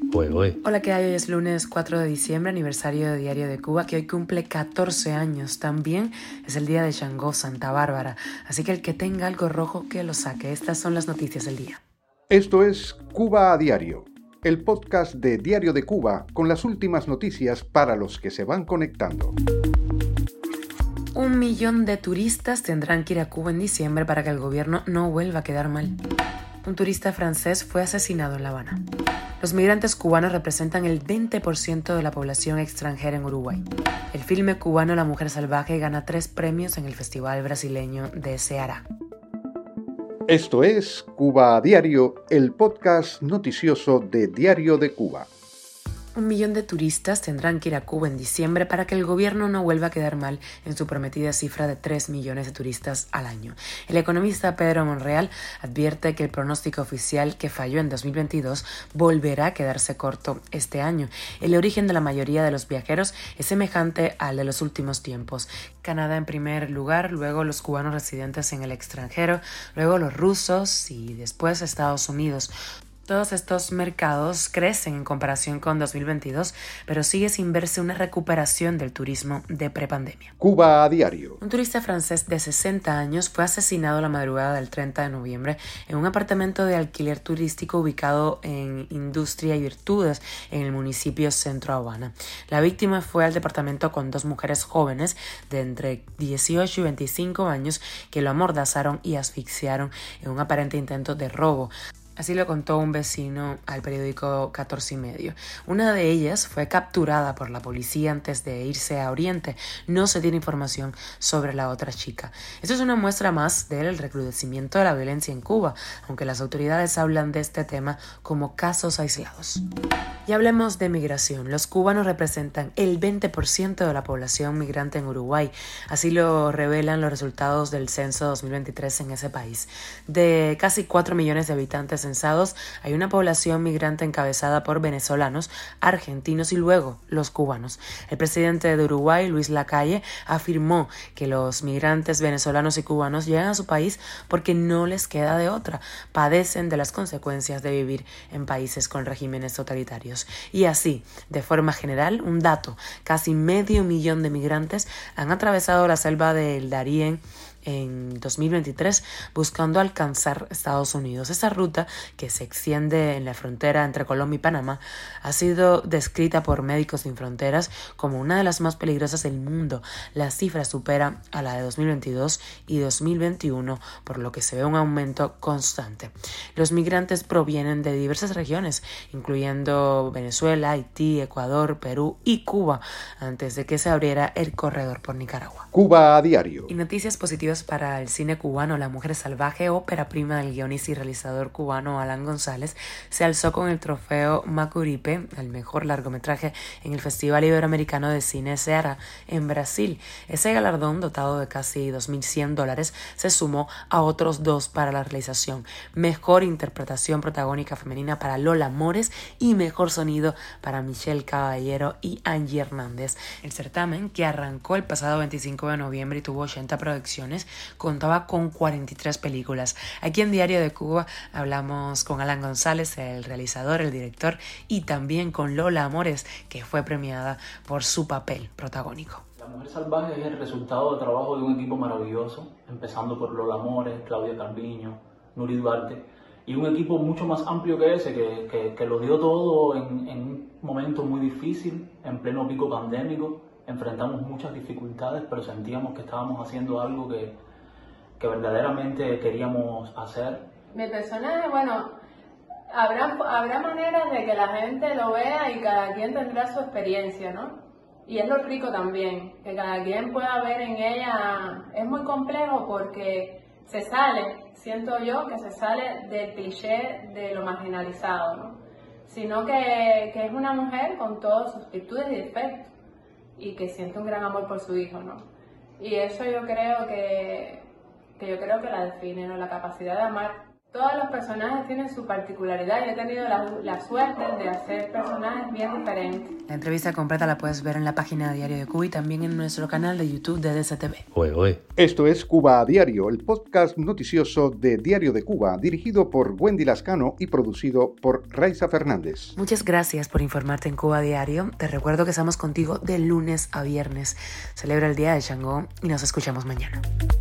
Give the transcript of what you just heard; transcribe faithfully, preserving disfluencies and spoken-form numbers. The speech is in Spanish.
Ué, ué. Hola, ¿qué hay? Hoy es lunes cuatro de diciembre, aniversario de Diario de Cuba, que hoy cumple catorce años. También es el día de Xangó, Santa Bárbara. Así que el que tenga algo rojo, que lo saque. Estas son las noticias del día. Esto es Cuba a Diario, el podcast de Diario de Cuba con las últimas noticias para los que se van conectando. Un millón de turistas tendrán que ir a Cuba en diciembre para que el gobierno no vuelva a quedar mal. Un turista francés fue asesinado en La Habana. Los migrantes cubanos representan el veinte por ciento de la población extranjera en Uruguay. El filme cubano La Mujer Salvaje gana tres premios en el Festival Brasileño de Ceará. Esto es Cuba a Diario, el podcast noticioso de Diario de Cuba. Un millón de turistas tendrán que ir a Cuba en diciembre para que el gobierno no vuelva a quedar mal en su prometida cifra de tres millones de turistas al año. El economista Pedro Monreal advierte que el pronóstico oficial que falló en dos mil veintidós volverá a quedarse corto este año. El origen de la mayoría de los viajeros es semejante al de los últimos tiempos. Canadá en primer lugar, luego los cubanos residentes en el extranjero, luego los rusos y después Estados Unidos. Todos estos mercados crecen en comparación con dos mil veintidós, pero sigue sin verse una recuperación del turismo de prepandemia. Cuba a Diario. Un turista francés de sesenta años fue asesinado la madrugada del treinta de noviembre en un apartamento de alquiler turístico ubicado en Industria y Virtudes, en el municipio Centro Habana. La víctima fue al departamento con dos mujeres jóvenes de entre dieciocho y veinticinco años que lo amordazaron y asfixiaron en un aparente intento de robo. Así lo contó un vecino al periódico catorce y medio. Una de ellas fue capturada por la policía antes de irse a Oriente. No se tiene información sobre la otra chica. Esto es una muestra más del recrudecimiento de la violencia en Cuba, aunque las autoridades hablan de este tema como casos aislados. Y hablemos de migración. Los cubanos representan el veinte por ciento de la población migrante en Uruguay. Así lo revelan los resultados del censo dos mil veintitrés en ese país. De casi cuatro millones de habitantes censados, hay una población migrante encabezada por venezolanos, argentinos y luego los cubanos. El presidente de Uruguay, Luis Lacalle, afirmó que los migrantes venezolanos y cubanos llegan a su país porque no les queda de otra. Padecen de las consecuencias de vivir en países con regímenes totalitarios. Y así, de forma general, un dato, casi medio millón de migrantes han atravesado la selva del Darién en dos mil veintitrés buscando alcanzar Estados Unidos. Esa ruta, que se extiende en la frontera entre Colombia y Panamá, ha sido descrita por Médicos Sin Fronteras como una de las más peligrosas del mundo. La cifra supera a la de dos mil veintidós y dos mil veintiuno, por lo que se ve un aumento constante. Los migrantes provienen de diversas regiones, incluyendo Venezuela, Haití, Ecuador, Perú y Cuba, antes de que se abriera el corredor por Nicaragua. Cuba a Diario. Y noticias positivas para el cine cubano. La Mujer Salvaje, ópera prima del guionista y realizador cubano Alan González, se alzó con el trofeo Macuripe, el mejor largometraje en el Festival Iberoamericano de Cine Ceará en Brasil. Ese galardón, dotado de casi dos mil cien dólares, se sumó a otros dos para la realización: mejor interpretación protagónica femenina para Lola Mores y mejor sonido para Michelle Caballero y Angie Hernández. El certamen, que arrancó el pasado veinticinco de noviembre y tuvo ochenta producciones, contaba con cuarenta y tres películas. Aquí en Diario de Cuba hablamos con Alan González, el realizador, el director, y también con Lola Mores, que fue premiada por su papel protagónico. La Mujer Salvaje es el resultado del trabajo de un equipo maravilloso, empezando por Lola Mores, Claudia Calviño, Nuri Duarte, y un equipo mucho más amplio que ese, que, que, que lo dio todo en, en un momento muy difícil, en pleno pico pandémico. Enfrentamos muchas dificultades, pero sentíamos que estábamos haciendo algo que, que verdaderamente queríamos hacer. Mi personaje, bueno, habrá, habrá maneras de que la gente lo vea y cada quien tendrá su experiencia, ¿no? Y es lo rico también, que cada quien pueda ver en ella. Es muy complejo porque se sale, siento yo, que se sale del cliché de lo marginalizado, ¿no? Sino que, que es una mujer con todas sus virtudes y defectos, y que siente un gran amor por su hijo, ¿no? Y eso yo creo que, que yo creo que la define, ¿no? La capacidad de amar. todos los personajes tienen su particularidad y he tenido la, la suerte de hacer personajes bien diferentes. La entrevista completa la puedes ver en la página de Diario de Cuba y también en nuestro canal de YouTube de D C T V. Oye, oye. Esto es Cuba a Diario, el podcast noticioso de Diario de Cuba, dirigido por Wendy Lascano y producido por Raiza Fernández. Muchas gracias por informarte en Cuba a Diario. Te recuerdo que estamos contigo de lunes a viernes. Celebra el Día de Changó y nos escuchamos mañana.